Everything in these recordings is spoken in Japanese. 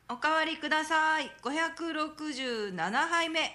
おかわりください。567杯目。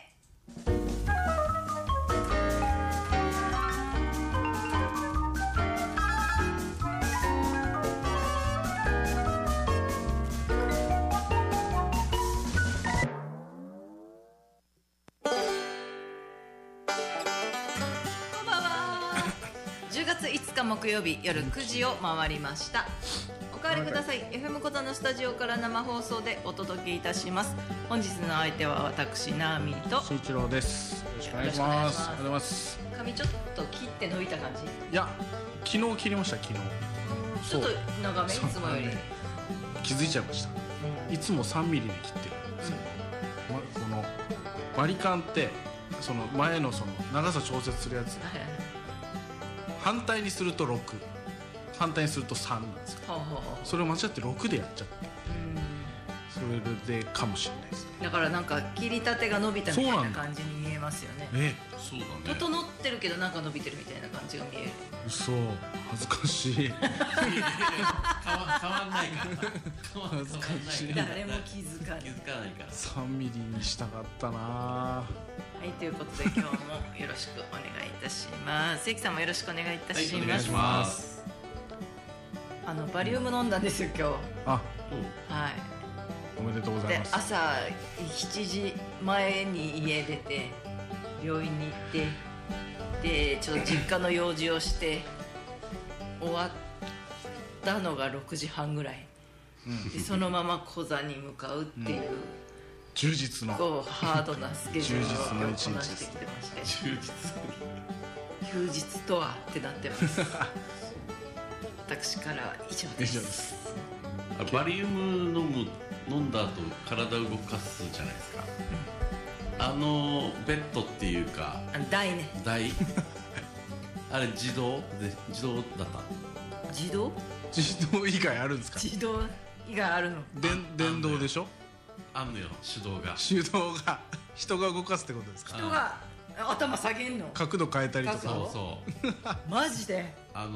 こんばんは。10月5日木曜日夜9時を回りました。おかわりください。 FM 小座のスタジオから生放送でお届けいたします。本日の相手は私ナーミーと慎一郎です。よろしくお願いします。ありがとうございます。 髪ちょっと切って伸びた感じ。 いや、昨日切りました。昨日ちょっと長め、いつもより。 気づいちゃいました。いつも3ミリで切ってるんですよ。このバリカンってその前のその長さ調節するやつ、反対にすると6、反対にすると3なんですよ。それを間違って6でやっちゃって、それでかもしれないですね。 だからなんか切りたてが伸びたみたいな感じに見えますよね。 そうだね。 整ってるけどなんか伸びてるみたいな感じが見える。 嘘、恥ずかしい。変わんないから恥ずかしい。 誰も気づかないから 3ミリにしたかったな。はい、ということで今日もよろしくお願いいたします。関さんもよろしくお願いいたします。 はい、お願いします。 バリウム飲んだんですよ今日。はい、 おめでとうございます。 で朝7時前に家出て病院に行って、でちょっと実家の用事をして終わったのが6時半ぐらい、でそのまま小座に向かうっていう、 充実のハードなスケジュールをこなしてきてまして、休日とはってなってます。私からは以上です。 バリウム飲んだ後体を動かすじゃないですか。ベッドっていうか台ね。 台あれ自動だった。 自動以外あるんですか？ 自動以外あるの？ 電動でしょ？ あんのよ、手動が人が動かすってことですか？ 人が頭下げんの？ 角度変えたりとか。 そうマジで？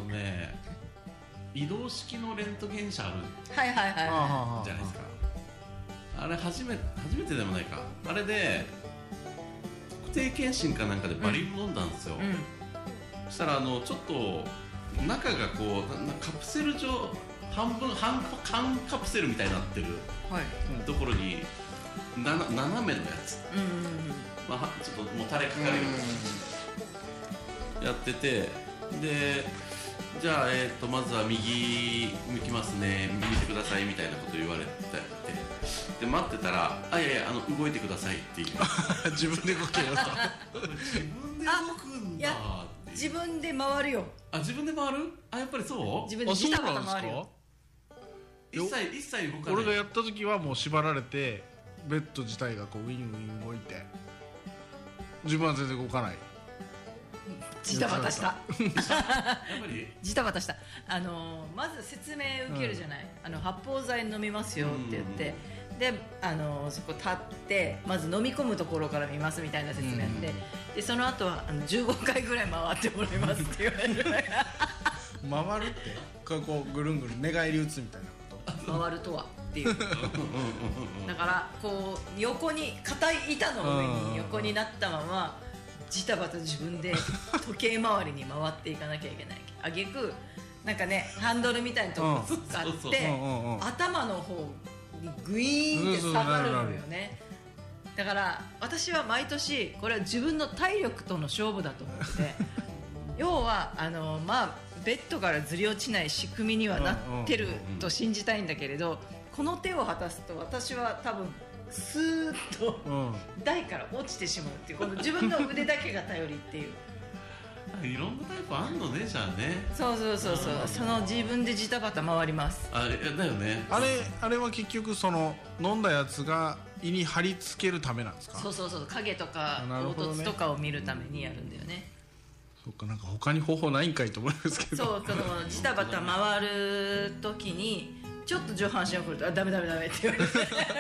移動式のレントゲン車あるじゃないですか。あれ初めてでもないか。あれで特定健診かなんかでバリウム飲んだんですよ。そしたらちょっと中がこうカプセル状、半缶カプセルみたいになってるところに斜めのやつ、ちょっともたれかかるようなやってて、でじゃあ、まずは右向きますね、右見てくださいみたいなこと言われてで待ってたら、いやいや動いてくださいっていう自分で動けよと。 自分で動くんだって。 自分で回るよ。 自分で回る？やっぱりそう？ 自分でジタバタ回るよ。 一切動かない。 俺がやった時はもう縛られて、ベッド自体がこうウィンウィン動いて、自分は全然動かない。 ジタバタした。 やっぱりジタバタした。まず説明受けるじゃない。発泡剤飲みますよって言って、でそこ立ってまず飲み込むところから見ますみたいな説明やって、でその後は15回ぐらい回ってもらいますって言われる。 回るってこうぐるんぐるん寝返り打つみたいなこと？ 回るとはっていう。だからこう横に硬い板の上に横になったままジタバタ自分で時計回りに回っていかなきゃいけない。あげくなんかね、ハンドルみたいなとこ使って頭の方にグイーンって下がるのよね。だから私は毎年これは自分の体力との勝負だと思ってて、要はベッドからずり落ちない仕組みにはなってると信じたいんだけれど、この手を果たすと私は多分スーッと台から落ちてしまうっていう、この自分の腕だけが頼りっていう。 いろんなタイプあんのね、じゃあね。 そうその自分でジタバタ回ります。 だよね。 あれは結局その飲んだやつが胃に貼り付けるためなんですか？ そう影とか凹凸とかを見るためにやるんだよね。 そっか、なんか他に方法ないんかいと思いますけど。 そう、そのジタバタ回る時にちょっと上半身を振るとダメって言われて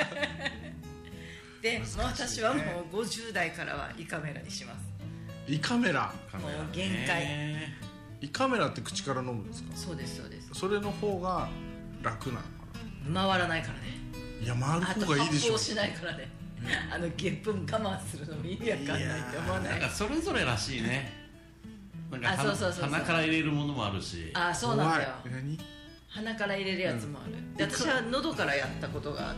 で、私はもう50代からは胃カメラにします。 胃カメラ、 もう限界。 胃カメラって口から飲むんですか？ そうです。 それの方が楽なのかな。回らないからね。 いや回る方がいいでしょ。 あと発砲しないからねゲップ我慢するのも意味わかんないって思わない？ なんかそれぞれらしいね。なんか鼻から入れるものもあるし。 あ、そうなんだよ。鼻から入れるやつもある、で私は喉からやったことがあって、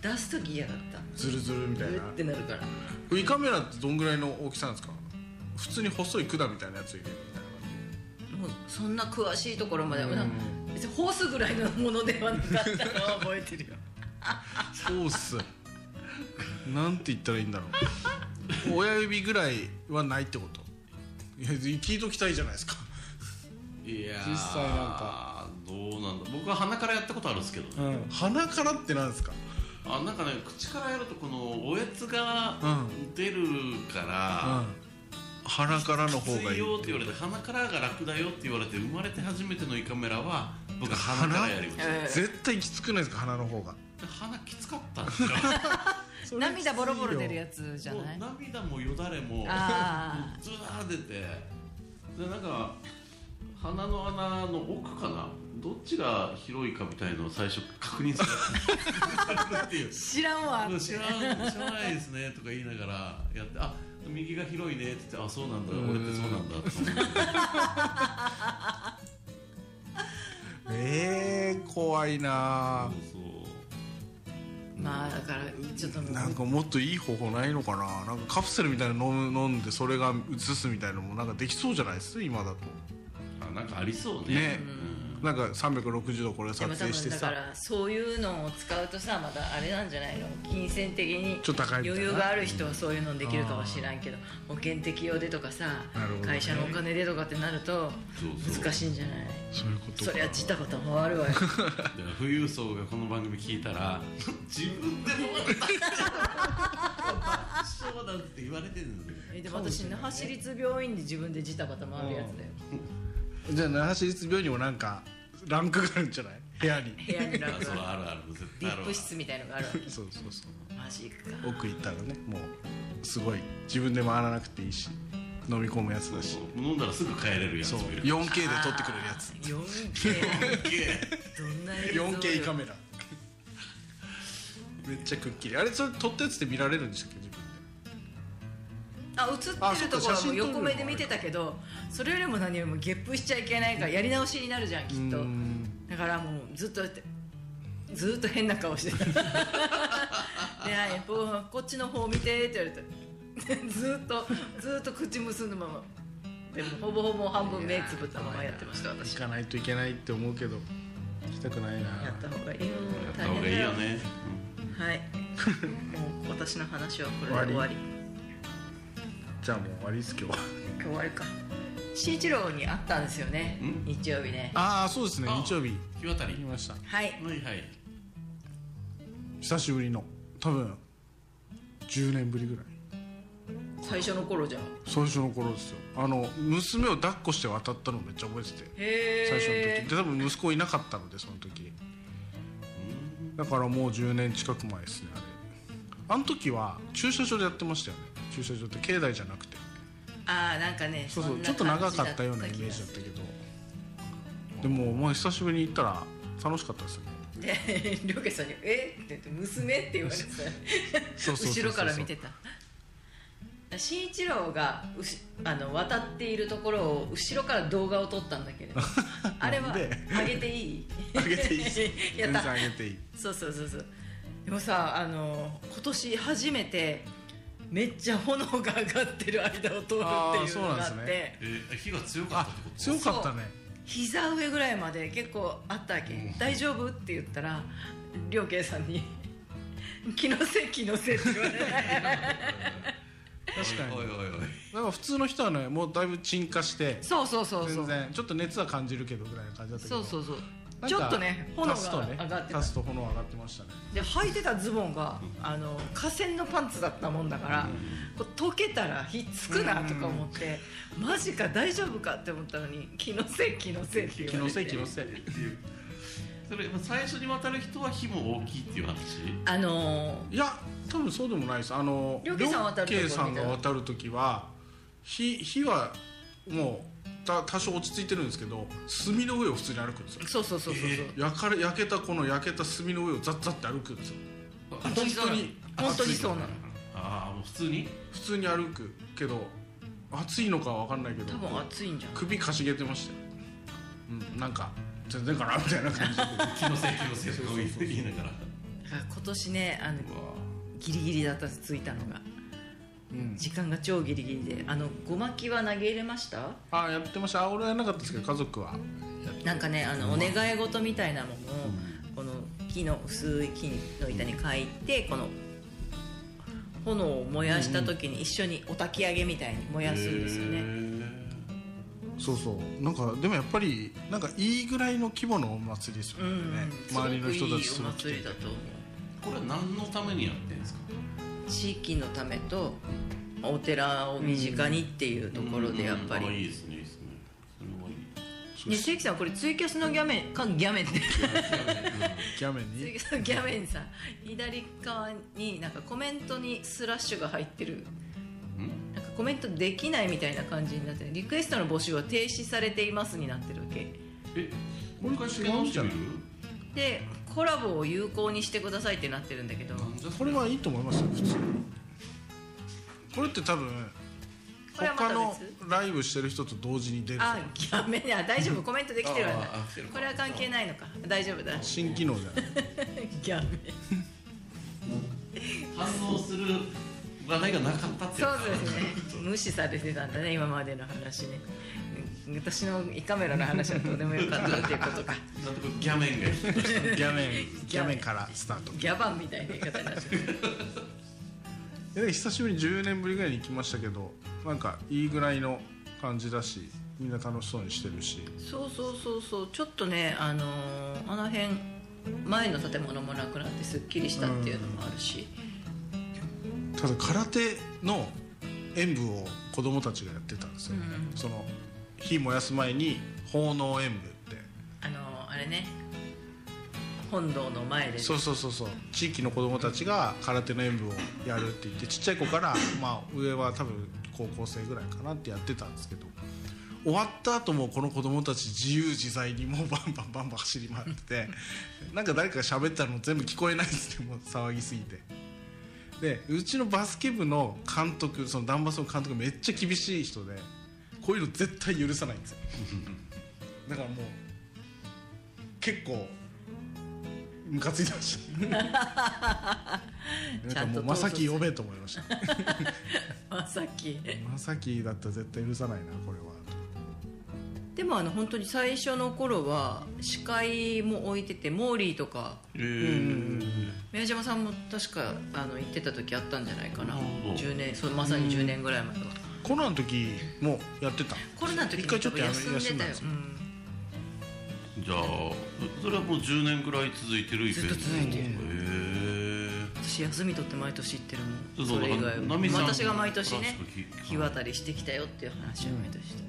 出す時嫌だった。 ズルズルみたいな。 グッてなるから。 胃カメラってどんぐらいの大きさなんですか？普通に細い管みたいなやつ入れるみたいな感じ？ もうそんな詳しいところまでは別にホースぐらいのものではなかったのは覚えてるよホースなんて言ったらいいんだろう親指ぐらいはないってこと？いや聞いときたいじゃないですか。 いや実際なんかどうなんだ。僕は鼻からやったことあるんですけど、ね、 鼻からってなんですか？ なんかね、口からやるとこのおやつが出るから、 鼻からの方がいい。 きついよって言われて、鼻からが楽だよって言われて、生まれて初めての胃カメラは僕は鼻からやりました。 絶対きつくないですか？鼻の方が。 鼻きつかったんですよ涙ボロボロ出るやつじゃない？ もう涙もよだれもずらー出て、でなんか鼻の穴の奥かな、どっちが広いかみたいのを最初確認するっていう知らんわって知らないですねとか言いながらやって、あ、右が広いねって言って、あ、そうなんだ、俺ってそうなんだって怖いな。 まあだからちょっとなんかもっといい方法ないのかな。なんかカプセルみたいなの飲んでそれが移すみたいなのもなんかできそうじゃないですか今だと。 なんかありそうね。 なんか360度これ撮影してさ。 だからそういうのを使うとさ、まだあれなんじゃないの、金銭的に余裕がある人はそういうのできるかもしれんけど、保険適用でとかさ、会社のお金でとかってなると難しいんじゃない？ そういうことか。 そりゃジタバタ回るわよ富裕層がこの番組聞いたら自分でもそうだって言われてるんですよ。 でも私那覇市立病院で自分でジタバタ回るやつだよ。 じゃあ那覇市立病院にもなんかランクがあるんじゃない？部屋にランクがある。ある絶対あるわ。 リップ室みたいのがあるわけ。 そうマジか。 奥行ったらね、もうすごい自分で回らなくていいし飲み込むやつだし、 飲んだらすぐ帰れるやつ。 そう 4K で撮ってくれるやつ。 4K どんな映像よ。 4K カメラめっちゃくっきり。あれそれ撮ったやつで見られるんでしたっけ？自分で映ってるところも横目で見てたけど、それよりも何よりもゲップしちゃいけないからやり直しになるじゃんきっと。だからもうずっと変な顔してたで、こっちの方見てって言われてずっと口結んだままでもほぼほぼ半分目つぶったままやってました私。 行かないといけないって思うけど行きたくないな。 やった方がいいよ。 やった方がいいよね。 はいもう私の話はこれで終わり。 じゃあもう終わりです今日は。 今日終わりか。慎一郎に会ったんですよね、日曜日ね。 ああそうですね、日曜日日渡り見ました。 はいはいはい。 久しぶりの、多分10年ぶりぐらい。 最初の頃じゃん。 最初の頃ですよ。娘を抱っこして渡ったのめっちゃ覚えてて、最初の時で多分息子いなかったのでその時だからもう10年近く前ですね。あの時は駐車場でやってましたよね。駐車場って境内じゃなくて、 なんかね、 そうちょっと長かったようなイメージだったけど、でももう久しぶりに行ったら楽しかったですよね。 でりょうけいさんに「えっ?」て言って「娘?」って言われて後ろから見てた。慎一郎が渡っているところを後ろから動画を撮ったんだけれどあれは上げていい？ 上げていいですやった上げていい。 そうでもさ、今年初めてめっちゃ炎が上がってる間を通るっていうのがあって、 火が強かったってこと？ 強かったね。 膝上ぐらいまで結構あったわけ。大丈夫って言ったらりょうけいさんに気のせいって言われて確かになんか普通の人はねもうだいぶ鎮火して、 そう全然ちょっと熱は感じるけどぐらいの感じだったけど、 そうちょっとね炎が上がってた。 足すと炎上がってましたね。 で履いてたズボンが化繊のパンツだったもんだから、こう溶けたらひっつくなとか思って、マジか大丈夫かって思ったのに気のせいって言われて、 気のせいそれ最初に渡る人は火も大きいっていう話？ いや多分そうでもないです。りょうけいさんが渡る時は火はもう多少落ち着いてるんですけど、炭の上を普通に歩くんですよ。 そう焼けた炭の上をザッザッって歩くんですよ。 本当にそうなの。 ああ、もう普通に歩くけど、暑いのかは分かんないけど、 多分暑いんじゃん。 首かしげてましたよ。なんか全然かなみたいな感じで気のせいとか言いながら。 今年ね、ギリギリだったんです、着いたのが。時間が超ギリギリで、ごまきは投げ入れました？ やってました。俺はやらなかったですけど、家族はなんかね、お願い事みたいなものをこの薄い木の板に書いて、この炎を燃やした時に一緒にお焚き上げみたいに燃やすんですよね。 そうなんかでもやっぱりなんかいいぐらいの規模のお祭りですよね。周りの人たちすごくいいお祭りだと思う。 これは何のためにやってるんですか？ 地域のためとお寺を身近にっていうところで、やっぱりいいですね、いいですね。それはいい。 ね、関さん、これツイキャスのギャメンってツイキャスのギャメンさ、左側になんかコメントにスラッシュが入ってる。なんかコメントできないみたいな感じになってる。リクエストの募集は停止されていますになってるわけ。 もう一回違うんじゃない？ で、コラボを有効にしてくださいってなってるんだけど、 これはいいと思いますよ、普通。これって多分他のライブしてる人と同時に出る。 ギャメン、大丈夫、コメントできてるわね。これは関係ないのか、大丈夫だ。 新機能じゃない。 ギャメン反応する話題がなかったっていう。 そうですね、無視されてたんだね、今までの話ね。私の胃カメラの話はどうでもよかったっていうことか。 ギャメンがギャメンからスタート。 ギャバンみたいな言い方になっちゃう。 久しぶりに10年ぶりぐらいに行きましたけど、なんかいいぐらいの感じだし、みんな楽しそうにしてるし。 そうちょっとね、あの辺前の建物もなくなってすっきりしたっていうのもあるし、 ただ空手の演舞を子供たちがやってたんですよ。その火燃やす前に奉納演舞って、 あれね、本堂の前で、 そう地域の子供たちが空手の演舞をやるって言って、ちっちゃい子から、上は多分高校生ぐらいかなってやってたんですけど、終わった後もこの子供たち自由自在にもうバンバン走り回っててなんか誰かが喋ったの全部聞こえないんですね、もう騒ぎすぎて。で、うちのバスケ部の監督、そのダンバスの監督めっちゃ厳しい人で、こういうの絶対許さないんですよ。だからもう結構ムカついてましたなんかもうまさき呼べと思いましたまさきだったら絶対許さないな、これは。 でも本当に最初の頃は司会も置いてて、モーリーとか宮島さんも確か行ってた時あったんじゃないかな。10年、まさに10年ぐらい前は。 コロナの時もやってた。 コロナの時に一回ちょっと休んでたよ。 じゃあそれはもう10年ぐらい続いてるイベント。 ずっと続いてる。私休み取って毎年行ってるもん。それ以外は私が毎年ね、日渡りしてきたよっていう話を毎年して。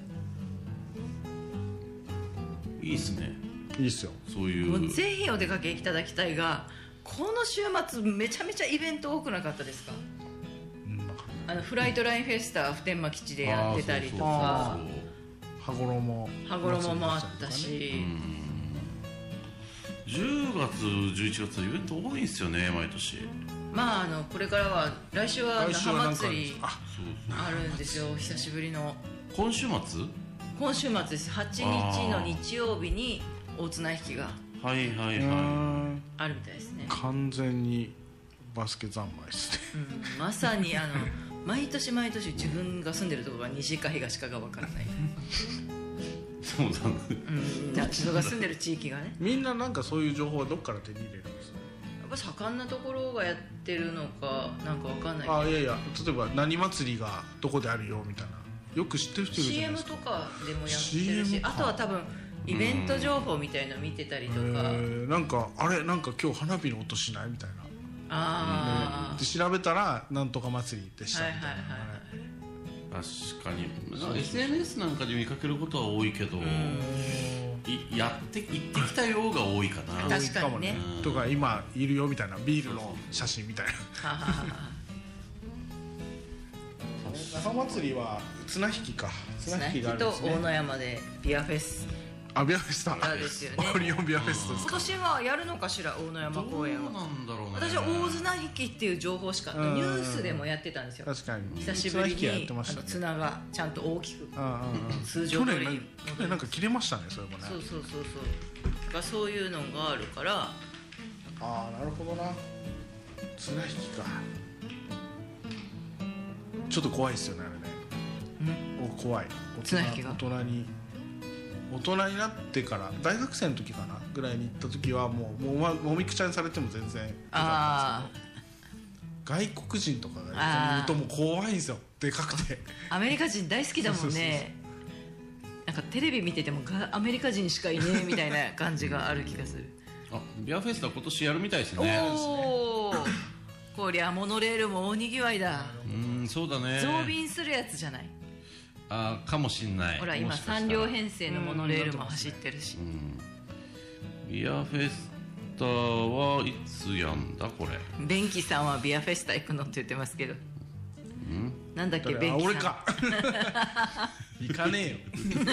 いいっすね。 いいっすよ。 そういう。 もうぜひお出かけいただきたいが、この週末めちゃめちゃイベント多くなかったですか？フライトラインフェスタ普天間基地でやってたりとか、 羽衣もあったし、 10月11月イベント多いんですよね、毎年。 これからは来週は那覇祭りあるんですよ、久しぶりの。 今週末です。8日の日曜日に大綱引きがあるみたいですね。 完全にバスケ三昧ですね。 まさに毎年自分が住んでるところが西か東かが分からないそうだね。 自分が住んでる地域がね。 みんななんかそういう情報はどっから手に入れるんですか？ やっぱ盛んなところがやってるのかなんか分かんないけど。 いや例えば何祭りがどこであるよみたいな、よく知ってる人いるじゃないですか。 CM とかでもやってるし、あとは多分イベント情報みたいの見てたりとか、 なんかなんか今日花火の音しないみたいな、で調べたらなんとか祭りでしたみたいな。 確かに SNS なんかで見かけることは多いけど、行ってきたようが多いかな。 確かにね。 とか今いるよみたいな、ビールの写真みたいな。 那覇祭りは綱引きか。 綱引きと大野山でビアフェス。 ビアフェスタですよね。 オリオンビアフェスタです今年はやるのかしら、大野山公園は。 どうなんだろうね。 私は大綱引きっていう情報しか、ニュースでもやってたんですよ。 確かに久しぶりに綱がちゃんと大きく通常通りに。 去年なんか切れましたね、それもね。 そういうのがあるから。 ああ、なるほどな。綱引きか。ちょっと怖いですよね、あれね。怖い。 綱引きが大人になってから大学生の時かなぐらいに行った時はもうみくちゃにされても全然よかったんですけど、外国人とかがいるともう怖いんですよ、でかくて。 アメリカ人大好きだもんね。なんかテレビ見ててもアメリカ人しかいねえみたいな感じがある気がする。 ビアフェスタ今年やるみたいですね。 おお、こりゃモノレールも大にぎわいだ。 そうだね。 増便するやつじゃない。 かもしんない。 ほら今3両編成のモノレールも走ってるし。 ビアフェスタはいつやんだこれ。 ベンキさんはビアフェスタ行くのって言ってますけど。なんだっけベンキさん。 俺か。行かねえよ。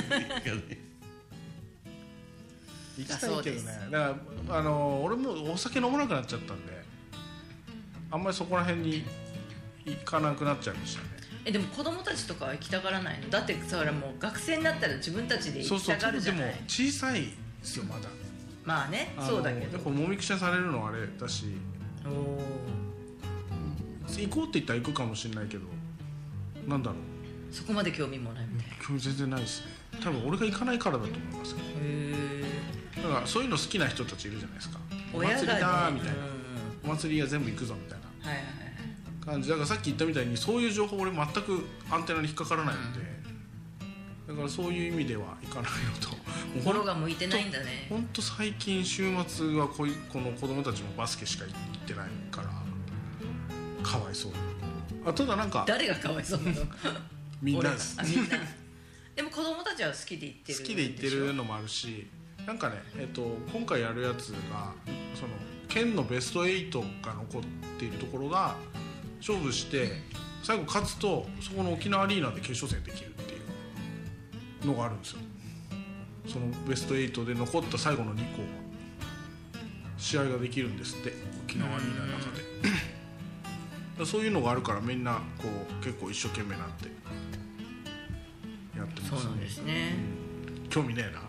行きたいけどね。だから俺もお酒飲まなくなっちゃったんで、あんまりそこら辺に行かなくなっちゃいましたね。 でも子供たちとかは行きたがらないの？だってそれもう学生になったら自分たちで行きたがるじゃない。 でも小さいですよまだ。 まあね、そうだけどやっぱもみくちゃされるのはあれだし、行こうって言ったら行くかもしれないけど、なんだろう、 そこまで興味もないみたいな。 興味全然ないですね。多分俺が行かないからだと思いますけど。だからそういうの好きな人たちいるじゃないですか。 親がね、 お祭りだみたいな、お祭りは全部行くぞみたいな感じだから、さっき言ったみたいにそういう情報俺全くアンテナに引っかからないので、だからそういう意味では行かないのと、 心が向いてないんだね。 本当最近週末はこの子供たちもバスケしか行ってないからかわいそう。ただなんか誰がかわいそうなの？ みんなです。 みんな。でも子供たちは好きで行ってる。 好きで行ってるのもあるし、なんかね、今回やるやつがその県のベスト8が残っているところが勝負して最後勝つとそこの沖縄アリーナで決勝戦できるっていうのがあるんですよ。そのベスト8で残った最後の2校が試合ができるんですって、沖縄アリーナの中で。そういうのがあるからみんなこう結構一生懸命なってやってますね。 そうなんですね。 興味ねえな。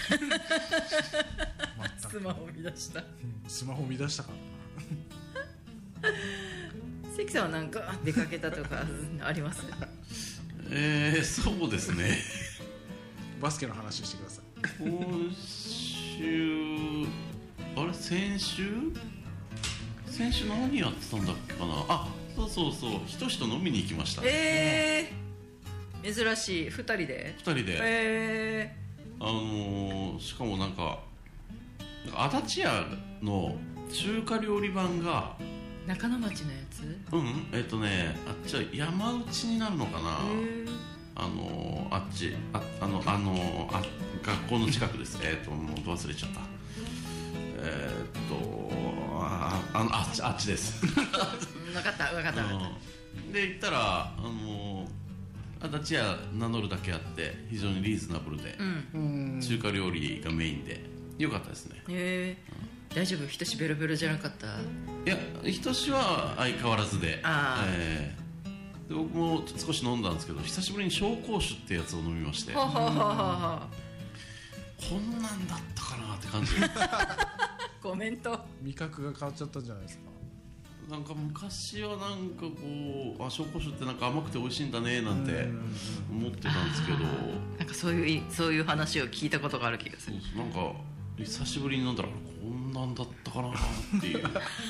スマホ見出した。 スマホ見出したからな。 関さんはなんか出かけたとかあります？ そうですね。 バスケの話してください。 今週先週何やってたんだっけかな。そうひとしと飲みに行きました。 珍しい。2人でしかもなんか足立屋の中華料理版が中野町のやつ？ あっちは山内になるのかな。あっち学校の近くです。もう忘れちゃった。あっちです。 分かったで行ったら足立屋名乗るだけあって非常にリーズナブルで、中華料理がメインで良かったですね。 大丈夫？ひとしベロベロじゃなかった？いや、ひとしは相変わらずで、で僕も少し飲んだんですけど、久しぶりに紹興酒ってやつを飲みまして、こんなんだったかなって感じ。 コメント。 味覚が変わっちゃったんじゃないですか。 なんか昔はなんかこう紹興酒ってなんか甘くて美味しいんだねなんて思ってたんですけど、 なんかそういう話を聞いたことがある気がする。 なんか久しぶりに飲んだらこんなんだったかなっていう。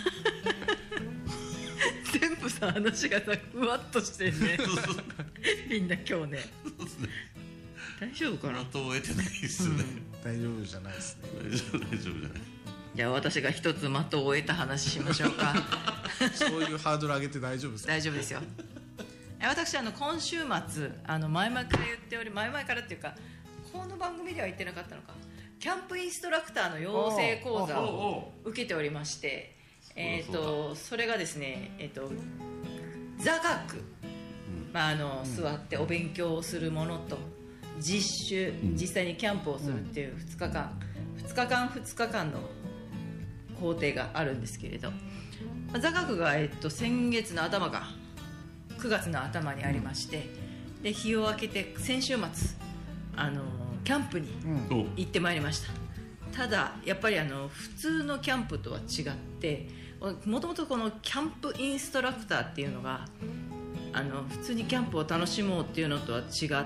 全部さ、話がさふわっとしてるね。みんな今日ね。大丈夫かな。 的を得てないですね。 大丈夫じゃないですね。 大丈夫じゃない。 じゃあ私が一つ的を得た話しましょうか。 そういうハードル上げて大丈夫ですか？ 大丈夫ですよ。私今週末前々から言っており、前々からっていうかこの番組では言ってなかったのか、キャンプインストラクターの養成講座を受けておりまして、それがですね、座学座ってお勉強をするものと実際にキャンプをするっていう2日間の工程があるんですけれど、座学が、先月の頭か9月の頭にありまして、で日を明けて先週末キャンプに行ってまいりました。ただやっぱり普通のキャンプとは違って、もともとこのキャンプインストラクターっていうのが普通にキャンプを楽しもうっていうのとは違って、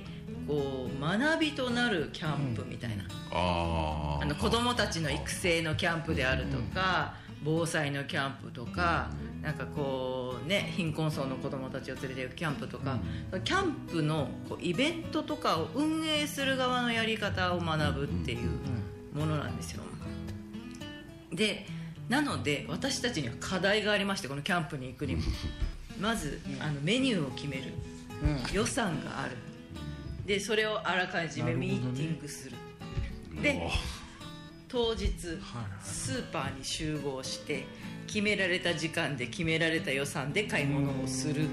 こう学びとなるキャンプみたいな、子供たちの育成のキャンプであるとか、防災のキャンプとか、なんかこうね、貧困層の子供たちを連れていくキャンプとか、キャンプのこうイベントとかを運営する側のやり方を学ぶっていうものなんですよ。でなので私たちには課題がありまして、このキャンプに行くにもまずメニューを決める、予算がある、でそれをあらかじめミーティングする、で当日スーパーに集合して決められた時間で決められた予算で買い物をする、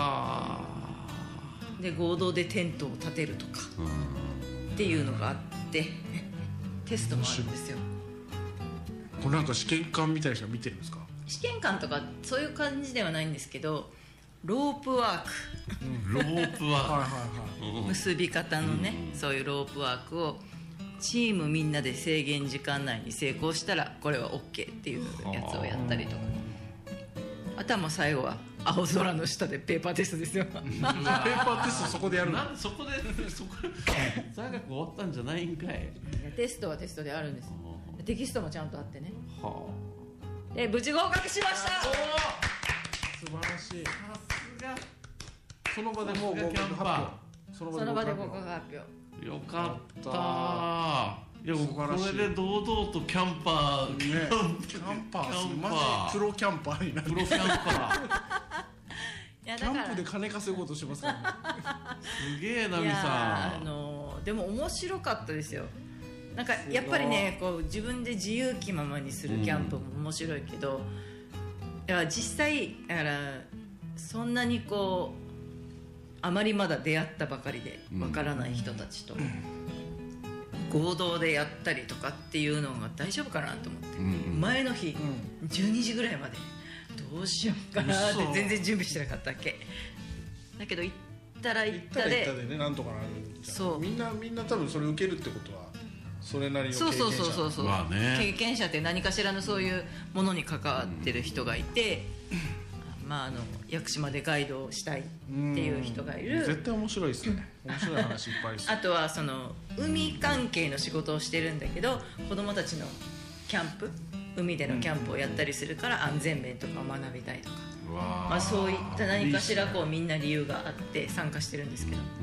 で合同でテントを立てるとかっていうのがあってテストもあるんですよ。 これなんか試験官みたいな人が見てるんですか？ 試験官とかそういう感じではないんですけど、ロープワーク、 ロープワーク、 結び方のね、そういうロープワークをチームみんなで制限時間内に成功したらこれは OK っていうやつをやったりとか、あとはもう最後は青空の下でペーパーテストですよ。 ペーパーテストそこでやるの？ なんでそこで座学終わったんじゃないんかい。いやテストはテストであるんです。テキストもちゃんとあってね。で無事合格しました。 素晴らしい。 さすが。 その場でもう合格発表。 その場で合格発表。 よかった。いやこれで堂々とキャンパー、 キャンパー、マジプロキャンパーになる。 プロキャンパー。 キャンプで金稼ごうとしますからね。 すげえなみさん。でも面白かったですよ。なんかやっぱりね、こう自分で自由気ままにするキャンプも面白いけど、だから実際だからそんなにこうあまりまだ出会ったばかりでわからない人たちと合同でやったりとかっていうのが大丈夫かなと思って、前の日12時ぐらいまでどうしようかなって全然準備してなかったっけ。だけど行ったら行ったでね、なんとかなる。そうみんな多分それ受けるってことはそれなりの経験者、 そう、まあね、経験者って何かしらのそういうものに関わってる人がいて、屋久島でガイドをしたいっていう人がいる。 絶対面白いですね。面白い話いっぱいです。 あとはその海関係の仕事をしてるんだけど、子供たちのキャンプ、海でのキャンプをやったりするから安全面とかを学びたいとか、そういった何かしらこうみんな理由があって参加してるんですけど、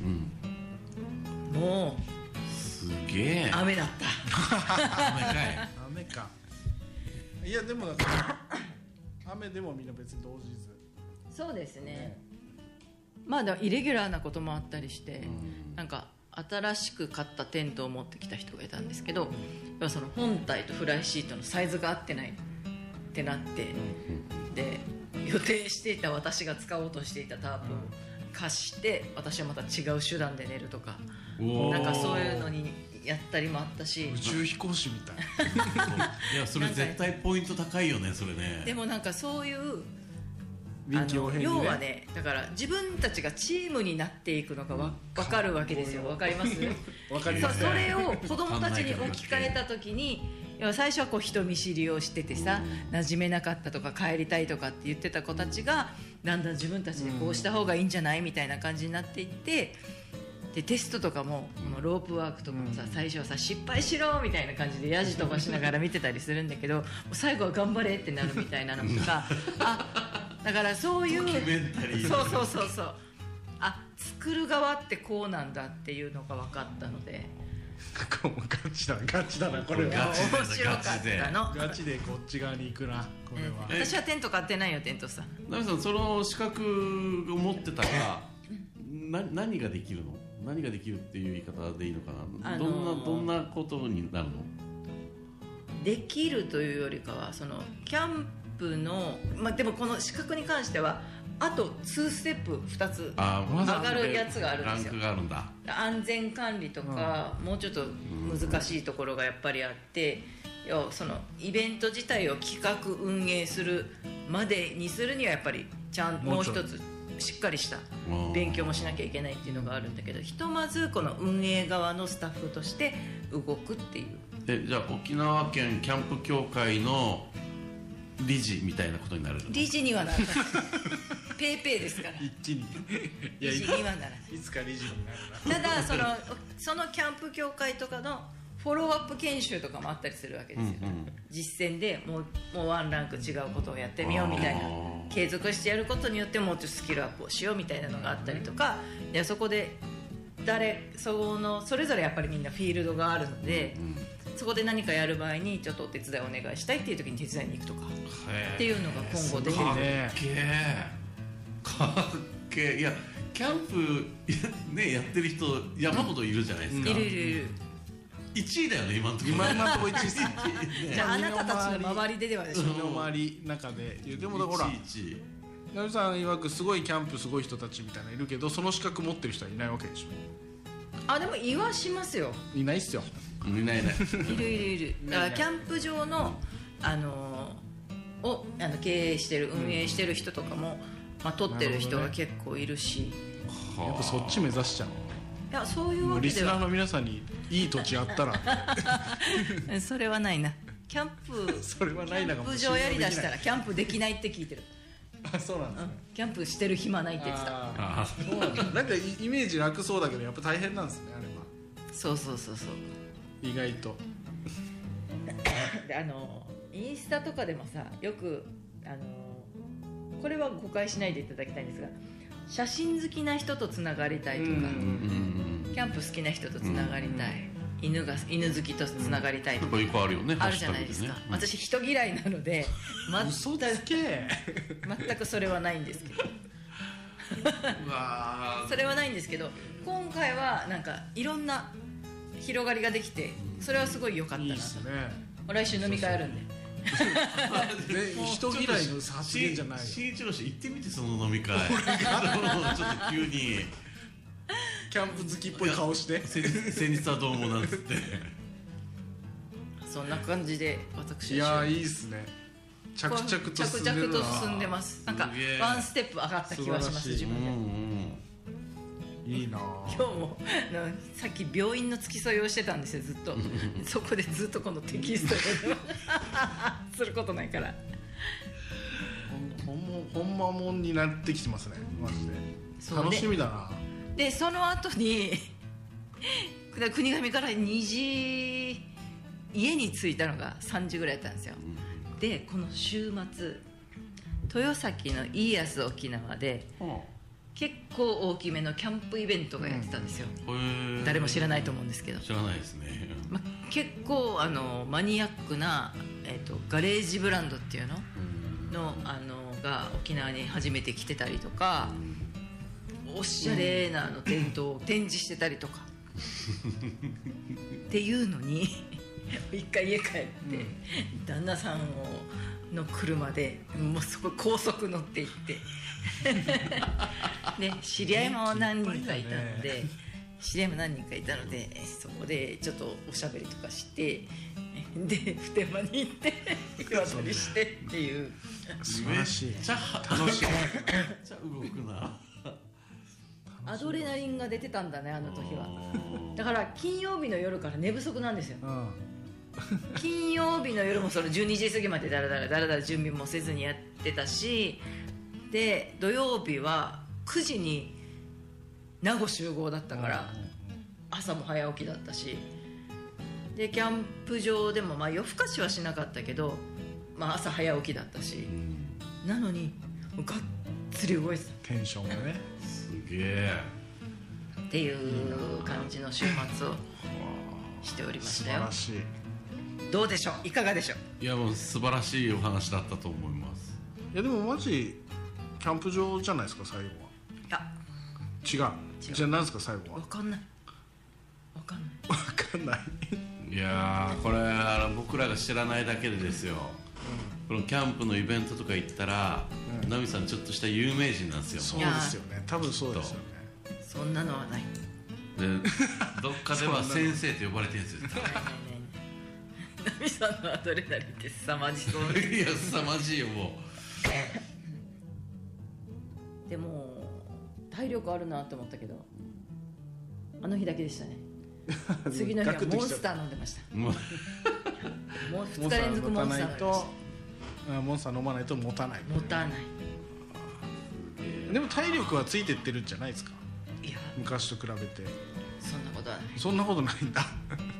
もうすげえ雨だった。 雨か。いやでもだから雨でもみんな別に動じず。 そうですね。まあイレギュラーなこともあったりして、なんか新しく買ったテントを持ってきた人がいたんですけど、その本体とフライシートのサイズが合ってないってなって、で予定していた私が使おうとしていたタープを貸して、私はまた違う手段で寝るとか、なんかそういうのにやったりもあったし、 宇宙飛行士みたい。 いやそれ絶対ポイント高いよねそれね。 でもなんかそういう要はね、だから自分たちがチームになっていくのが分かるわけですよ。分かります？ 分かります。 それを子供たちに置き換えた時に、最初はこう人見知りをしててさ、馴染めなかったとか帰りたいとかって言ってた子たちがだんだん自分たちでこうした方がいいんじゃないみたいな感じになっていって、でテストとかもこのロープワークとかもさ、最初はさ失敗しろみたいな感じでヤジ飛ばしながら見てたりするんだけど、もう最後は頑張れってなるみたいなのとかだからそういうそう作る側ってこうなんだっていうのが分かったので、 ガチだなこれは。 面白かったの。 ガチでこっち側に行くなこれは。 私はテント買ってないよ。テントさん、 ナミさんその資格を持ってたら何ができるの？何ができるっていう言い方でいいのかな。どんなことになるの？ できるというよりかは、そのキャンプの、でもこの資格に関してはあと2ステップ2つ上がるやつがあるんですよ。 ランクがあるんだ。 安全管理とか、もうちょっと難しいところがやっぱりあって、そのイベント自体を企画運営するまでにするにはやっぱりもう一つしっかりした勉強もしなきゃいけないっていうのがあるんだけど、ひとまずこの運営側のスタッフとして動くっていう。 じゃあ沖縄県キャンプ協会の理事みたいなことになるの？ 理事にはならないペーペーですから一気に理事にはならないいつか理事になるただそのキャンプ協会とかのフォローアップ研修とかもあったりするわけですよ、実践でもうワンランク違うことをやってみようみたいな、継続してやることによってもうちょっとスキルアップをしようみたいなのがあったりとか、でそこでそれぞれやっぱりみんなフィールドがあるので、そこで何かやる場合にちょっとお手伝いお願いしたいっていう時に手伝いに行くとかっていうのが今後できる。 かっけえ。いやキャンプねやってる人山ほどいるじゃないですか。 いる 1位だよね今のところ。 今のところ1位ですじゃああなたたちの周りではでしょ。 身の回り中ででもほらナミさん曰くすごいキャンプすごい人たちみたいないるけど、その資格持ってる人はいないわけでしょ。 でも言わしますよ。 いないっすよ。 いないいるだからキャンプ場の経営してる運営してる人とかも、取ってる人が結構いるし、 やっぱそっち目指しちゃう。 いやそういうわけではリスナーの皆さんにいい土地あったらそれはないな。キャンプそれはないな。 キャンプ場やりだしたらキャンプできないって聞いてる。 そうなんですね、 キャンプしてる暇ないって言ってた。 そうなんかイメージ楽そうだけどやっぱ大変なんですねあれは。 そう意外とでインスタとかでもさ、よくこれは誤解しないでいただきたいんですが、写真好きな人とつながりたいとか、キャンプ好きな人とつながりたい、犬好きとつながりたいとか、あるじゃないですか。私人嫌いなので嘘つけ全くそれはないんですけどそれはないんですけど、今回はなんかいろんな広がりができて、それはすごい良かったなと。 いいっすね。 来週飲み会あるんで人嫌いの発言じゃないよ。 新一郎氏行ってみて、その飲み会ちょっと急にキャンプ好きっぽい顔して先日はどうもなんつってそんな感じで私いやいいっすね。着々と進んでます。なんかワンステップ上がった気はします。自分でいいな。 今日もさっき病院の付き添いをしてたんですよ、ずっとそこでずっとこのテキストですることないからほんまもんになってきてますねマジで。楽しみだな。 でその後に国頭から2時家に着いたのが3時ぐらいだったんですよ、でこの週末豊崎のイーアス沖縄で結構大きめのキャンプイベントがやってたんですよ、誰も知らないと思うんですけど。 知らないですね、 結構マニアックな、ガレージブランドっていうのが沖縄に初めて来てたりとか、おしゃれなテントを展示してたりとかっていうのに一回家帰って、旦那さんの車でもうそこ高速乗って行ってで知り合いも何人かいたので、そこでちょっとおしゃべりとかしてで普天間に行って湯渡りしてっていう。 素晴らしい。 めっちゃ楽しい。めっちゃ動くな。 アドレナリンが出てたんだね、あの時は。だから金曜日の夜から寝不足なんですよ。金曜日の夜もその12時過ぎまでだらだら準備もせずにやってたし、で土曜日は9時に名護集合だったから朝も早起きだったし、でキャンプ場でも夜更かしはしなかったけど、朝早起きだったし、なのにがっつり動いてた。 テンションがねすげえっていう感じの週末をしておりましたよ。 素晴らしい。 どうでしょう、いかがでしょう。 いやもう素晴らしいお話だったと思います。 いやでもマジキャンプ場じゃないですか最後は。違う。じゃあ何ですか最後は。 分かんないいやいやこれ僕らが知らないだけでですよ。 このキャンプのイベントとか行ったら、ナミさんちょっとした有名人なんですよ。 そうですよね、多分そうですよね。 そんなのはない。 でどっかでは先生と呼ばれてるんですよ。 ナミさんのアドレナリンって凄まじそう。 いや凄まじいよもう。でも体力あるなと思ったけど、あの日だけでしたね。次の日はモンスター飲んでました。もう2日連続モンスター飲んでました。 モンスター飲まないと持たない。 持たない。 でも体力はついてってるんじゃないですか。 いや昔と比べて。 そんなことはない。 そんなことないんだ。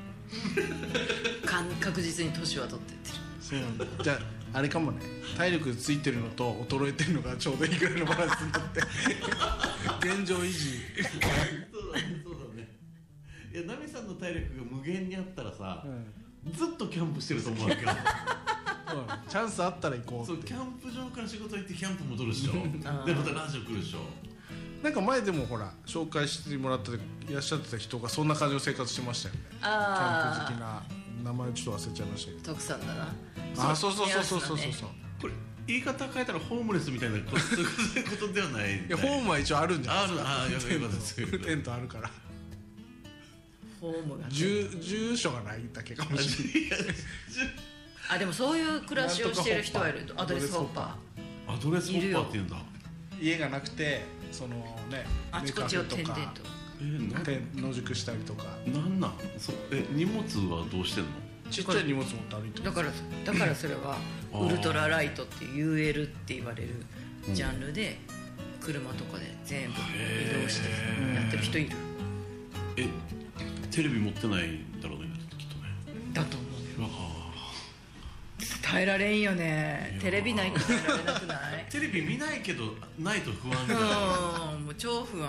確実に年は取ってってる。 そうなんだ。じゃああれかもね、体力ついてるのと衰えてるのがちょうどいいぐらいのバランスになって現状維持。 そうだね。いやナミさんの体力が無限にあったらさ、ずっとキャンプしてると思うわけよ。 チャンスあったら行こうって。 そうキャンプ場から仕事行ってキャンプ戻るでしょ。でまたラジオ来るでしょ。 なんか前でもほら紹介してもらっていらっしゃってた人がそんな感じの生活してましたよね。キャンプ好きな、名前ちょっと忘れちゃいましたけど。 徳さんだな。 そうそう。 これ言い方変えたらホームレスみたいなことではない。 いやホームは一応あるんじゃないですか。 ある。 テントあるから。 ホームが住所がないだけかもしれない。 あでもそういう暮らしをしてる人はいる。アドレスホッパー。アドレスホッパーって言うんだ。 家がなくてそのね、 あちこちを転々と野宿したりとか。 なん荷物はどうしてんの？ ちっちゃい荷物持って歩いてる。 だからそれはウルトラライトっていう UL って言われるジャンルで車とかで全部移動してやってる人いる。 テレビ持ってないんだろうねきっとね。 だと思うよ。耐えられんよね。テレビないと耐えられなくない？ テレビ見ないけどないと不安だよ。 もう超不安。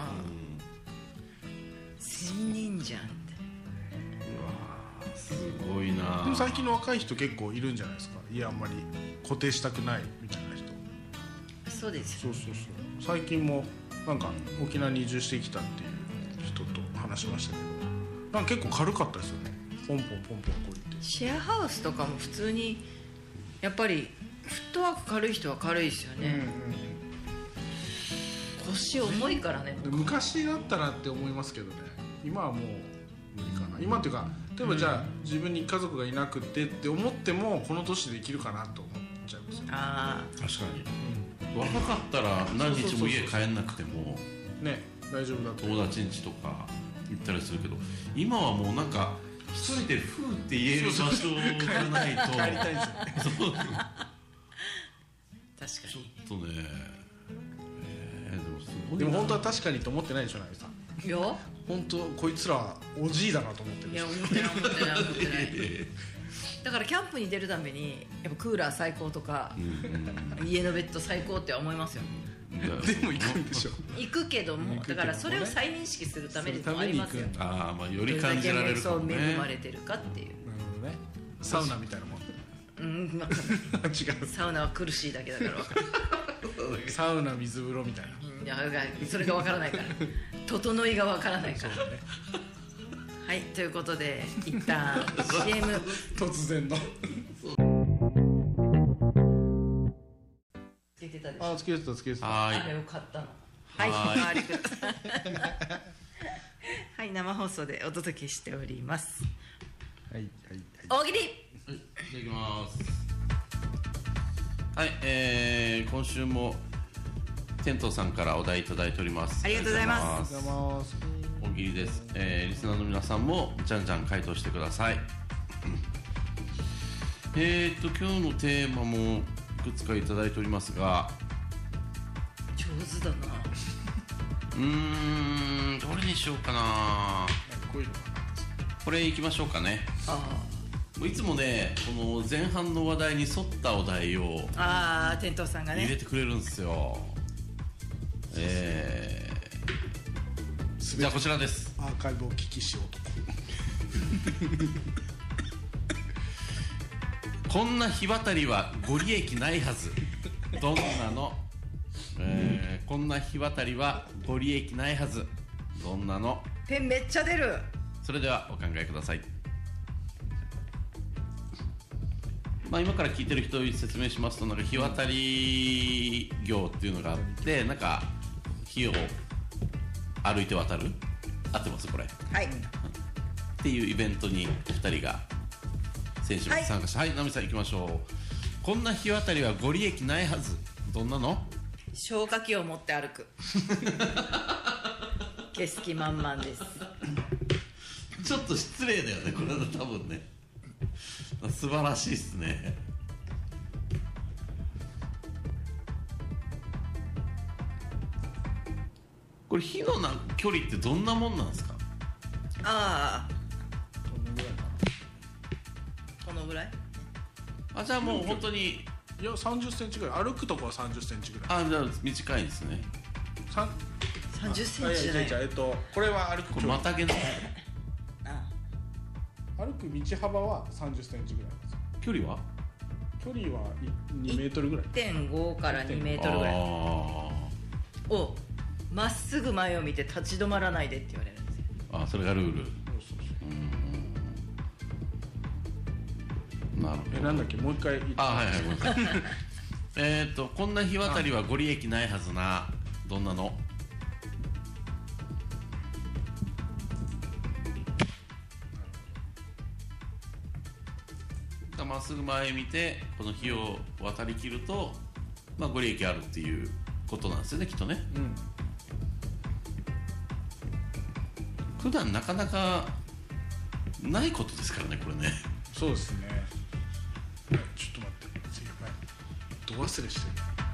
仙人じゃんって。 うわすごいな。 でも最近の若い人結構いるんじゃないですか。家あんまり固定したくないみたいな人。 そうですよ。 そう最近もなんか沖縄に移住してきたっていう人と話しましたけど、なんか結構軽かったですよね。ポンポンこう言って。 シェアハウスとかも普通にやっぱりフットワーク軽い人は軽いですよね。腰重いからね。 昔だったらって思いますけどね。今はもう無理かな。今っていうか、例えばじゃあ自分に家族がいなくてって思ってもこの年できるかなと思っちゃいますよね。 確かに、若かったら何日も家帰んなくてもね大丈夫だと。 友達ん家とか行ったりするけど、今はもうなんか一人でフーって言える場所がないと帰りたいですよね。 確かにちょっとね、でもすごいな。 でも本当は確かにと思ってないでしょ、ナミさん。 いや本当こいつらおじいだなと思ってる。 いや思ってないだからキャンプに出るためにやっぱクーラー最高とか、家のベッド最高って思いますよ。 でも行くんでしょ。 行くけども、だからそれを再認識するためにもありますよ。 まあより感じられるかもね。 恵まれてるかっていう。 なるほどね。サウナみたいなもん。 分かんない。違う。サウナは苦しいだけだから分かる。 サウナ水風呂みたいな。 いやそれが分からないから。整いが分からないから。はい、ということで一旦 CM 突然のつけてたでしょ。 つけてた。 あれを買ったの。はい、お回りください。はい、生放送でお届けしております。大喜利。 いただきます。はい、今週もテントさんからお題いただいております。 ありがとうございます。 大喜利です。リスナーの皆さんもじゃんじゃん回答してください。今日のテーマもいくつかいただいておりますが、 上手だな。 どれにしようかな。これいきましょうかね。いつもね、この前半の話題に沿ったお題を店頭さんがね入れてくれるんですよ。じゃあこちらです。 アーカイブを聞きしようと。 こんな日渡りはご利益ないはず。どんなの？こんな日渡りはご利益ないはず。どんなの？ ペンめっちゃ出る。 それではお考えください。 まあ、今から聞いてる人に説明しますと、なんか火渡り行っていうのがあって、なんか火を歩いて渡る、合ってますこれ、 はい、 っていうイベントに2人が選手も参加して、はい、ナミさん行きましょう。こんな火渡りはご利益ないはず。どんなの？ 消火器を持って歩く景色満々です。 ちょっと失礼だよねこれは多分ね。素晴らしいっすね。これ火の距離ってどんなもんなんですか？ ああ、このぐらい。 あ、じゃあもう本当に、 いや30センチぐらい、歩くとこは30センチぐらい。 あ、じゃあ短いですね。 30センチじゃない。 これは歩く距離、 これまたげの歩く道幅は30センチぐらいです。 距離は 2メートルぐらい。 1.5 から2メートルぐらいをまっすぐ前を見て立ち止まらないでって言われるんですよ。 あ、それがルール。なるほど。 なんだっけ、もう一回言って。 あ、はいはい、ごめんなさい。こんな火渡りはご利益ないはずな。どんなの？まっすぐ前見てこの火を渡りきると、まあ、ご利益あるっていうことなんですよね、きっとね。普段なかなかないことですからね、これね。 そうですね。ちょっと待って、やばい、ど忘れしてる。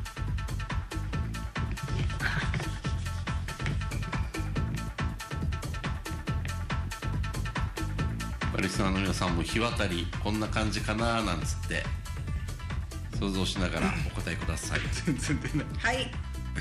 リスナーの皆さんも火渡りこんな感じかななんつって想像しながらお答えください。 全然出ない。 はい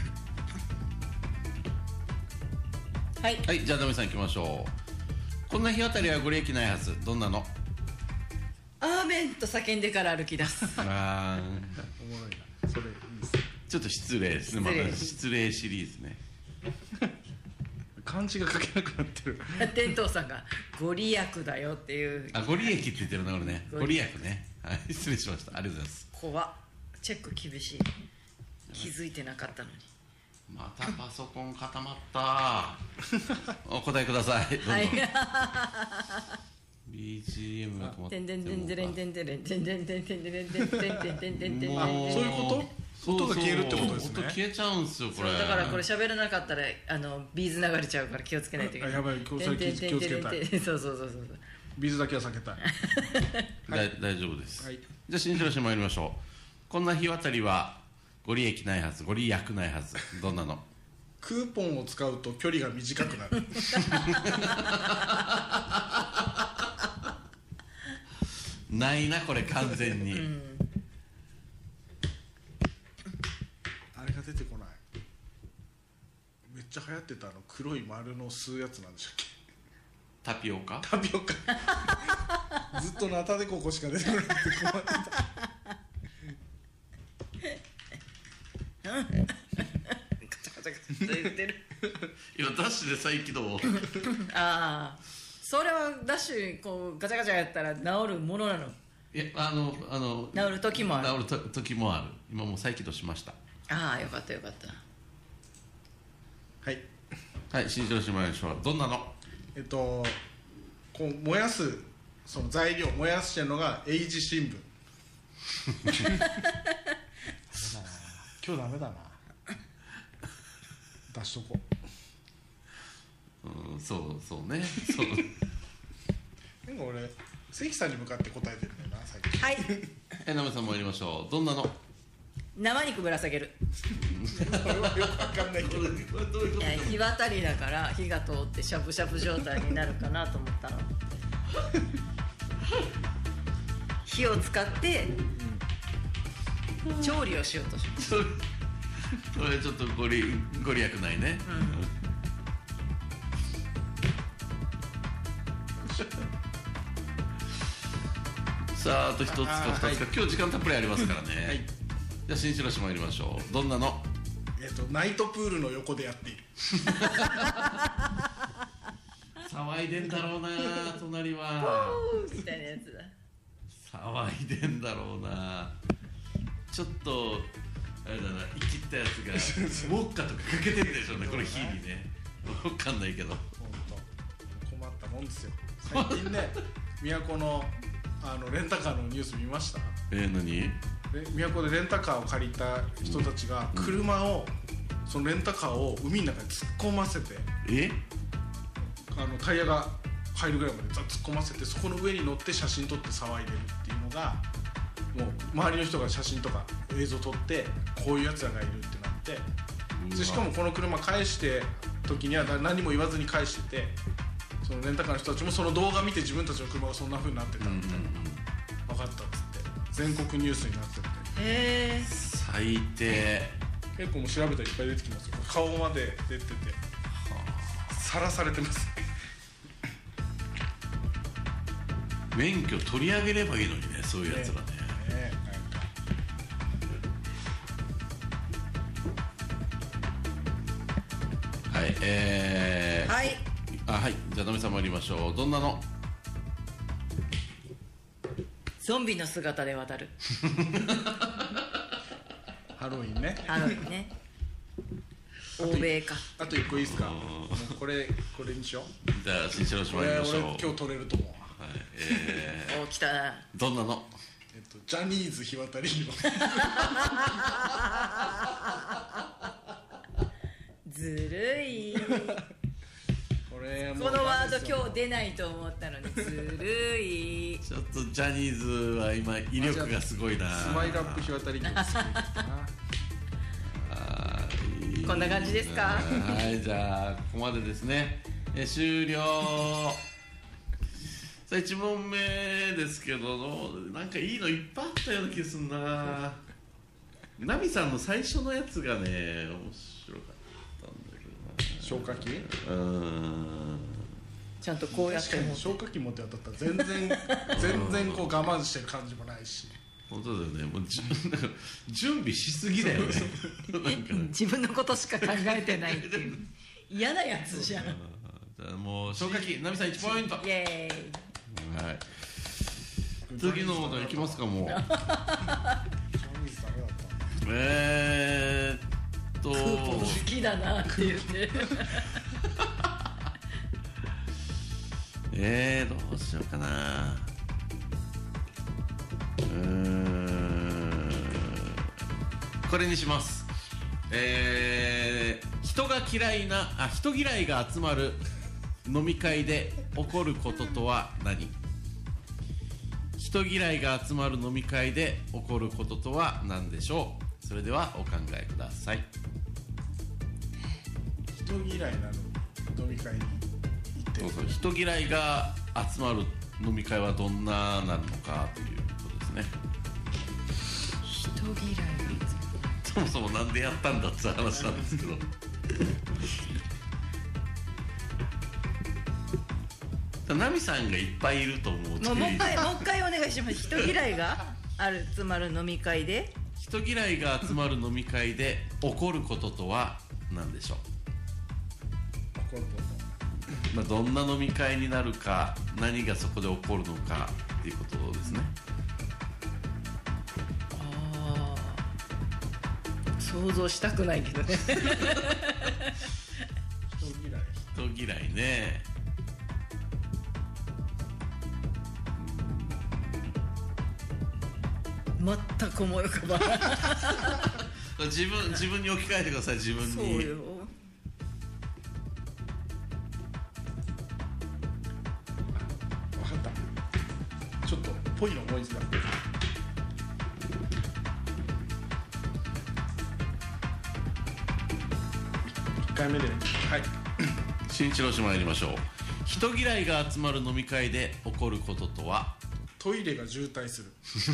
はい、 はい、じゃあダメさん行きましょう。こんな火渡りはご利益ないはず。どんなの？ アーメンと叫んでから歩き出す。 あおもろいな、それいいですね。 ちょっと失礼ですね。まだ失礼シリーズね。 漢字が書けなくなってる。 天童さんがご利益だよっていう。 あ、ご利益って言ってるな、これね。ご利益ね。はい、失礼しました。ありがとうございます。 怖っ、チェック厳しい。気づいてなかったのに。 またパソコン固まった。お答えください。どうぞ。 はい。 BGM が止まって。 てんてんてんてんてんてんてんてんてんてんてんてんてんてんてんてんてんてん。 あ、そういうこと？音が消えるってことですね。 音消えちゃうんですよこれ。 だからこれ喋らなかったらビーズ流れちゃうから気をつけないといけない。 やばい、それ気をつけたい。 そうそうそうそう。 ビーズだけは避けたい。 大丈夫です。 はい、 じゃあ新城市参りましょう。こんな日渡りはご利益ないはず。ご利益ないはず。どんなの？ クーポンを使うと距離が短くなる。 ないなこれ完全に。 あれが出てこない。めっちゃ流行ってた黒い丸の吸うやつなんでしたっけ？ タピオカ？ タピオカ。ずっとナタデココしか出てこなくて困ってた。 言ってる。 今ダッシュで再起動。 ああ、それはダッシュこうガチャガチャやったら治るものなの？ いや、 治る時もある。 治る時もある。今もう再起動しました。 ああ、よかったよかった。 はいはい、新城市参りましょう。どんなの？ こう燃やすその材料燃やしてるのが英字新聞。今日ダメだな。出しとこう。そうね。そう。 なんか俺関さんに向かって答えてるんだよな最近。 はい。 ナメさんもやりましょう。どんなの？ 生肉ぶら下げる。 それはよくわかんないけど。 火渡りだから火が通ってしゃぶしゃぶ状態になるかなと思ったの。火を使って調理をしようとします。 それちょっとご利益ないね。さあ、あと一つか二つか、今日時間たっぷりありますからね。はい、じゃあ新城市参りましょう。どんなの？ ナイトプールの横でやっている。 騒いでんだろうな隣は。 みたいなやつだ。 騒いでんだろうな。ちょっとあれだな、生きったやつがウォッカとかかけてるでしょうね、これ火にね。分かんないけど、 本当困ったもんですよ。最近ね都のレンタカーのニュース見ました？ 何？ 都でレンタカーを借りた人たちが車を、そのレンタカーを海の中に突っ込ませて、タイヤが入るぐらいまで突っ込ませて、そこの上に乗って写真撮って騒いでるっていうのが、もう周りの人が写真とか映像撮ってこういうやつらがいるってなって、でしかもこの車返して時には何も言わずに返してて、そのレンタカーの人たちもその動画見て自分たちの車がそんな風になってたみたいな、分かったっつって全国ニュースになってて、 最低。 結構もう調べたらいっぱい出てきますよ。顔まで出ててさらされてます。 免許取り上げればいいのにね、そういうやつらね。はい、はい、じゃあナミさん参りましょう。どんなの？ ゾンビの姿で渡る。 ハロウィンね。 ハロウィンね。欧米か。 あと1個いいですか？もうこれにしよう。 じゃあ新城市参りましょう。 俺今日取れると思う。 はい、 お、来たな。 どんなの？ ジャニーズ日渡りの。 ずるい。このワード今日出ないと思ったのにずるい。 ちょっとジャニーズは今威力がすごいな。 スマイルアップ日渡りがすごいな。 こんな感じですか？ はい、じゃあここまでですね。終了。さあ1問目ですけど、なんかいいのいっぱいあったような気がするな。ナミさんの最初のやつがね面白かったんだけどな。 消火器？ ちゃんとこうやって確かに消火器持って渡ったら全然こう我慢してる感じもないし。 本当だよね。もう準備しすぎだよね。 自分のことしか考えてないっていう嫌なやつじゃん。 じゃあもう消火器ナミさん1ポイント。 イエーイ。 はい。次の問題いきますか。もうクーポン好きだなって言ってどうしようかな。これにします。人嫌いが集まる飲み会で起こることとは何？人嫌いが集まる飲み会で起こることとは何でしょう？それではお考えください。 人嫌いなの飲み会に行ってる。 そう人嫌いが集まる飲み会はどんななるのかということですね。 人嫌い。 そもそもなんでやったんだって話なんですけどナミさんがいっぱいいると思う。 もう一回お願いします。人嫌いが集まる飲み会で、 人嫌いが集まる飲み会で起こることとは何でしょう？ 起こること、 どんな飲み会になるか、何がそこで起こるのかっていうことですね。 想像したくないけどね人嫌いね。 全く思い浮かばない自分に置き換えてください。自分に。 そうよ。 分かった。ちょっとぽいの思いついた。1回目で、はい。 新一郎氏参りましょう。人嫌いが集まる飲み会で起こることとは？ トイレが渋滞する。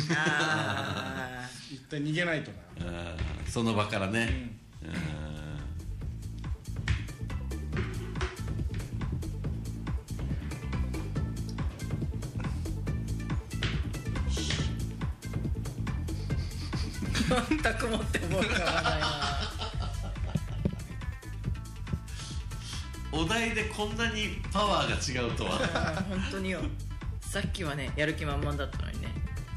一体逃げないとな。 その場からね。 全くもって思い浮かばないな。 お題でこんなにパワーが違うとは。 本当によ。さっきはねやる気満々だったのにね。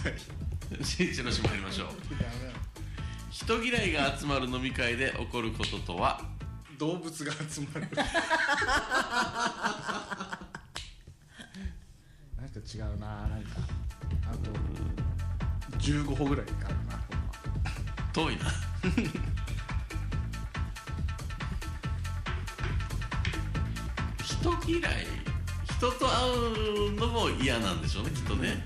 新一の島やりましょう。人嫌いが集まる飲み会で起こることとは。 動物が集まるなんか違うな、なんかあと15歩ぐらいあるな。 遠いな人嫌い、人と会うのも嫌なんでしょうね、きっとね、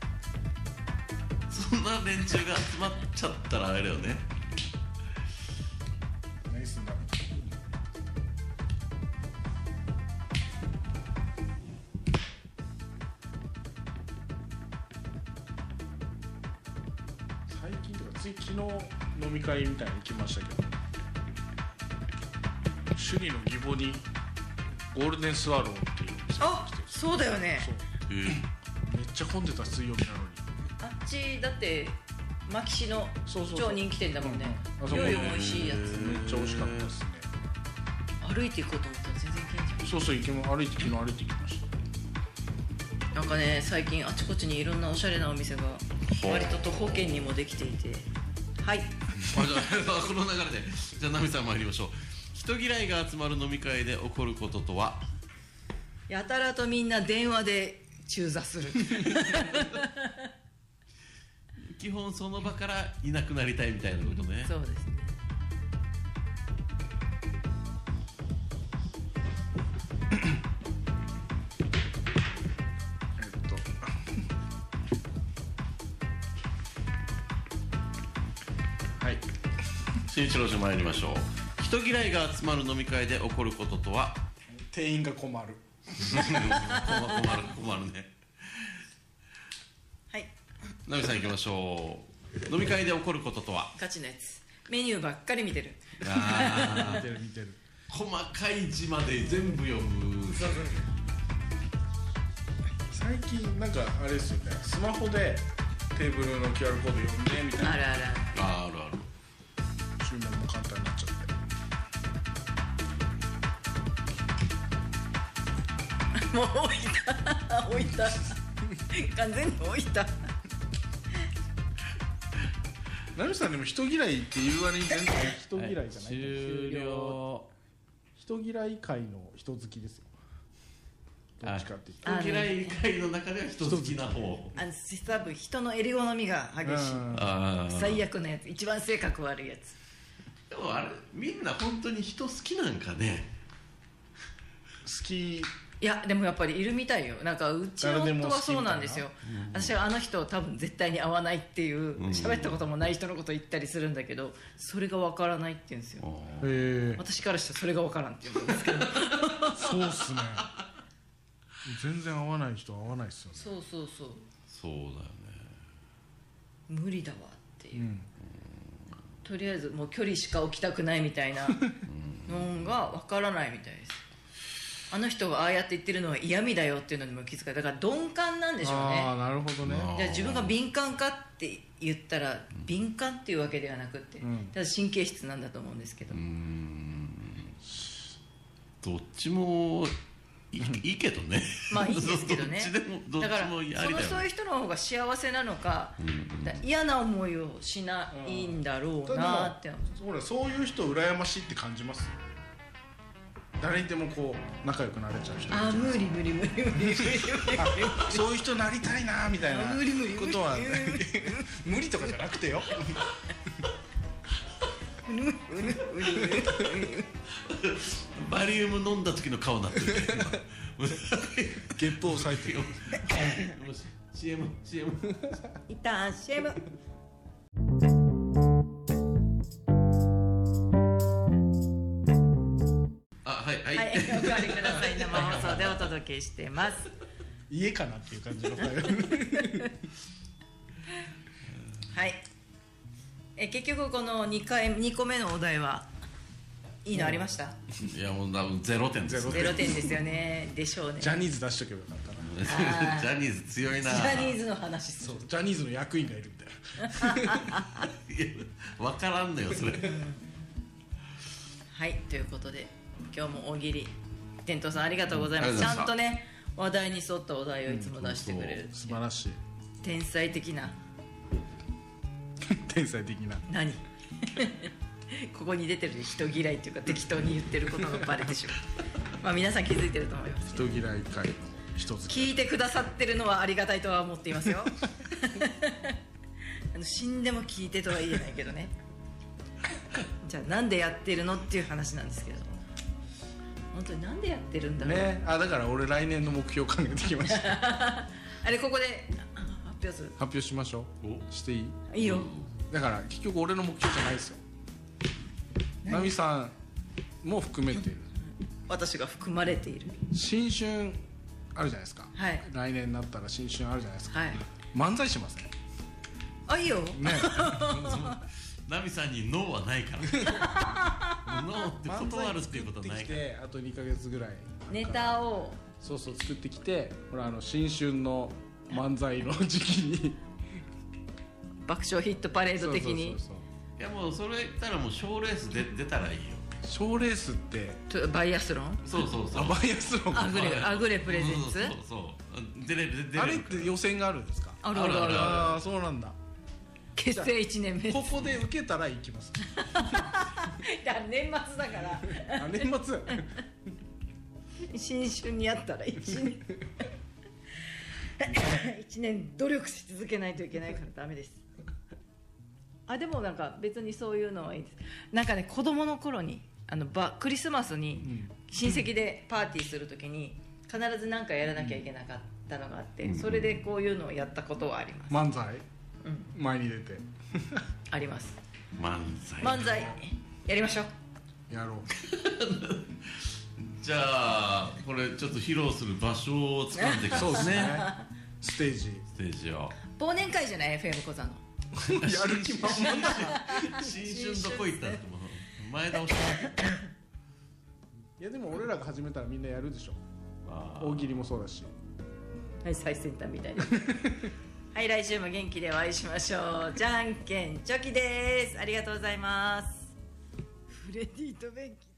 そんな連中が集まっちゃったらあれだよね。 何すんだろう。最近とかつい昨日飲み会みたいに行きましたけど、首里の義母にゴールデンスワローっていう店が来て、 そうだよね。 そうめっちゃ混んでた、水曜日なのに。 あっちだって牧師の超人気店だもんね。 あそこ料理も美味しいやつ。 めっちゃ美味しかったですね。 歩いて行こうと思ったら全然行けんじゃん。 そうそう、歩いてきました。 なんかね、最近あちこちにいろんなおしゃれなお店が割と徒歩圏にもできていて、はい。 じゃあこの流れで、じゃあナミさん参りましょう。人嫌いが集まる飲み会で起こることとは。 やたらとみんな電話で中座する基本その場からいなくなりたいみたいなことね。 そうですね。 はい、 新一郎氏参りましょう。人嫌いが集まる飲み会で起こることとは。 店員が困る困るね。 はい。 ナミさん行きましょう。飲み会で起こることとは。 ガチのやつ。メニューばっかり見てる。 見てる。 細かい字まで全部読む。 最近なんかあれですよね、スマホでテーブルの QR コード読んでみたいな。 ある。 注文も簡単になっちゃって。 もう置いた完全に置いた。 ナミさんでも人嫌いっていう割に全然人嫌いじゃない、 終了。 人嫌い界の人好きですよ。どっちかっていうと人嫌い界の中では人好きな方。 多分人の襟好みが激しい。最悪のやつ、一番性格悪いやつ。 でもあれみんな本当に人好きなんかね。 好き。 いやでもやっぱりいるみたいよ。なんかうちの夫はそうなんですよ。私はあの人多分絶対に会わないっていう喋ったこともない人のこと言ったりするんだけど、それが分からないって言うんですよ。私からしたらそれが分からんって言うんですけどそうっすね。全然会わない人は会わないっすよね。 そうそうだよね。 無理だわっていう、とりあえずもう距離しか置きたくないみたいなのが分からないみたいです。あの人がああやって言ってるのは嫌味だよっていうのにも気づかない。だから鈍感なんでしょうね。 ああ、なるほどね。 じゃあ自分が敏感かって言ったら敏感っていうわけではなくて、ただ神経質なんだと思うんですけど。 どっちもいいけどね。 まあいいんですけどね。 どっちもありだよね。 そういう人の方が幸せなのか、嫌な思いをしないんだろうなって。 そういう人羨ましいって感じます。誰にでもこう仲良くなれちゃう人。 無理そういう人になりたいなみたいなことは無理とかじゃなくてよ。 バリウム飲んだ時の顔になってる。 ゲップを抑えてる。 CM いったCM。はい、おかわりください。生放送でお届けしてます。 家かなっていう感じのはい。結局この2個目のお題はいいのありました？ いやもう0点です。 0点ですよね。でしょうね。 ジャニーズ出しとけばよかったな。ジャニーズ強いな。 ジャニーズの話する。 そう、ジャニーズの役員がいるみたいな。 分からんのよそれ。 はい、ということで今日も大喜利天童さんありがとうございます。ちゃんとね話題に沿ったお題をいつも出してくれる。 素晴らしい。 天才的な天才的な。 何ここに出てる人嫌いっていうか適当に言ってることがバレてしまうまあ皆さん気づいてると思います。 人嫌い会の一つ。 聞いてくださってるのはありがたいとは思っていますよ死んでも聞いてとは言えないけどねじゃあなんでやってるのっていう話なんですけど、本当になんでやってるんだろうね。だから俺来年の目標考えてきましたあれここで発表する。 発表しましょう。していい？ いいよ。 だから結局俺の目標じゃないですよ。ナミさんも含めて私が含まれている新春あるじゃないですか、 はい、 来年になったら新春あるじゃないですか、 はい、 漫才しますね。 あ、いいよねナミさんにノーはないからノーって断るっていうことはないから。 あと2ヶ月ぐらいネタをそう作ってきて、ほら新春の漫才の時期に爆笑ヒットパレード的に。 いやもうそれ言ったらもう賞レースで出たらいいよ。 賞レースってバイアスロン。 そうバイアスロン。 アグレプレゼンツ。 出れる。 あれって予選があるんですか？ ある。 ああ、そうなんだ。 結成1年目。 ここで受けたら行きます年末だから年末新春にあったら1年努力し続けないといけないからダメですでもなんか別にそういうのはいいです。なんかね、子供の頃にクリスマスに親戚でパーティーするときに必ず何かやらなきゃいけなかったのがあって、それでこういうのをやったことはあります。 漫才、前に出てあります。 漫才やりましょう。 やろうじゃあこれちょっと披露する場所をつかんでください。 そうですねステージを忘年会じゃない FM 小座のやる気満々だ新春どこ行ったって前倒しいやでも俺らが始めたらみんなやるでしょ。大喜利もそうだし、 はい、最先端みたいなはい、来週も元気でお会いしましょう。じゃんけんチョキです。ありがとうございます。フレディとベンキ